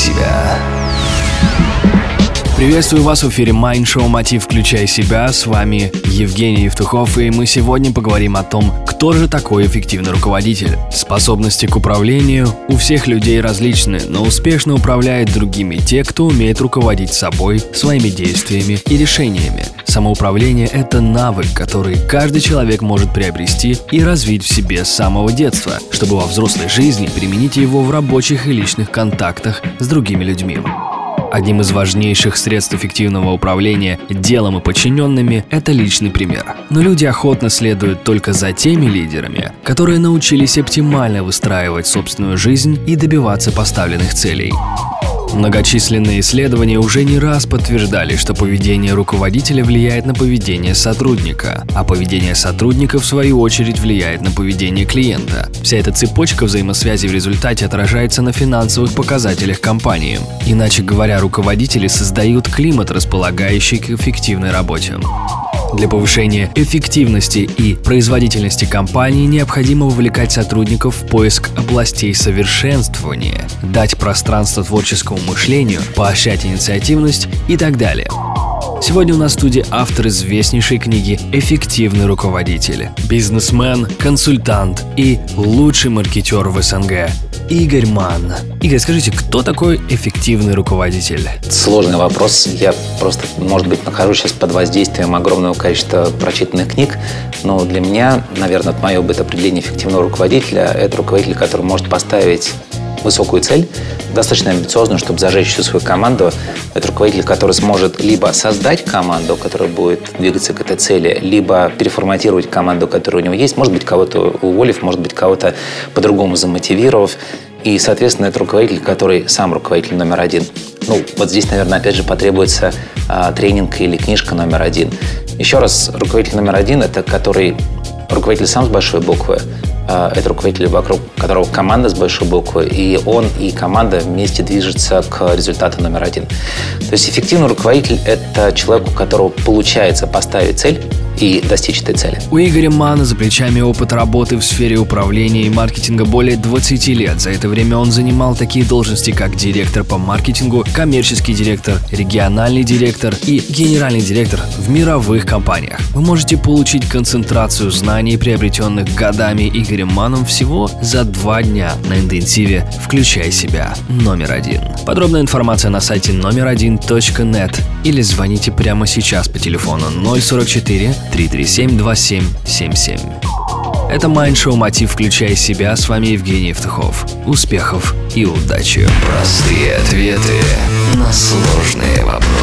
себя». Приветствую вас в эфире Mind Show «Мотив. Включай себя». С вами Евгений Евтухов, и мы сегодня поговорим о том, кто же такой эффективный руководитель. Способности к управлению у всех людей различны, но успешно управляют другими те, кто умеет руководить собой, своими действиями и решениями. Самоуправление – это навык, который каждый человек может приобрести и развить в себе с самого детства, чтобы во взрослой жизни применить его в рабочих и личных контактах с другими людьми. Одним из важнейших средств эффективного управления делом и подчиненными – это личный пример. Но люди охотно следуют только за теми лидерами, которые научились оптимально выстраивать собственную жизнь и добиваться поставленных целей. Многочисленные исследования уже не раз подтверждали, что поведение руководителя влияет на поведение сотрудника, а поведение сотрудника, в свою очередь, влияет на поведение клиента. Вся эта цепочка взаимосвязи в результате отражается на финансовых показателях компании. Иначе говоря, руководители создают климат, располагающий к эффективной работе. Для повышения эффективности и производительности компании необходимо вовлекать сотрудников в поиск областей совершенствования, дать пространство творческому мышлению, поощрять инициативность и так далее. Сегодня у нас в студии автор известнейшей книги «Эффективный руководитель», бизнесмен, консультант и лучший маркетер в СНГ Игорь Манн. Игорь, скажите, кто такой эффективный руководитель? Сложный вопрос. Я просто, может быть, нахожусь сейчас под воздействием огромного количества прочитанных книг, но для меня, наверное, мое определение эффективного руководителя – это руководитель, который может поставить высокую цель, достаточно амбициозную, чтобы зажечь всю свою команду. Это руководитель, который сможет либо создать команду, которая будет двигаться к этой цели, либо переформатировать команду, которая у него есть, может быть, кого-то уволив, может быть, кого-то по-другому замотивировав. И, соответственно, это руководитель, который сам руководитель номер один. Вот здесь, наверное, опять же потребуется тренинг или книжка номер один. Еще раз, руководитель номер один – это который руководитель сам с большой буквы. Это руководитель, вокруг которого команда с большой буквы, и он, и команда вместе движутся к результату номер один. То есть эффективный руководитель – это человек, у которого получается поставить цель и достичь этой цели. У Игоря Манна за плечами опыт работы в сфере управления и маркетинга более 20 лет. За это время он занимал такие должности, как директор по маркетингу, коммерческий директор, региональный директор и генеральный директор в мировых компаниях. Вы можете получить концентрацию знаний, приобретенных годами Игорем Манном, всего за 2 дня на интенсиве «Включай себя» номер 1. Подробная информация на сайте номер1.net или звоните прямо сейчас по телефону 044 337 2777. Это Mind Show «Мотив. Включай себя». С вами Евгений Евтухов. Успехов и удачи! Простые ответы на сложные вопросы.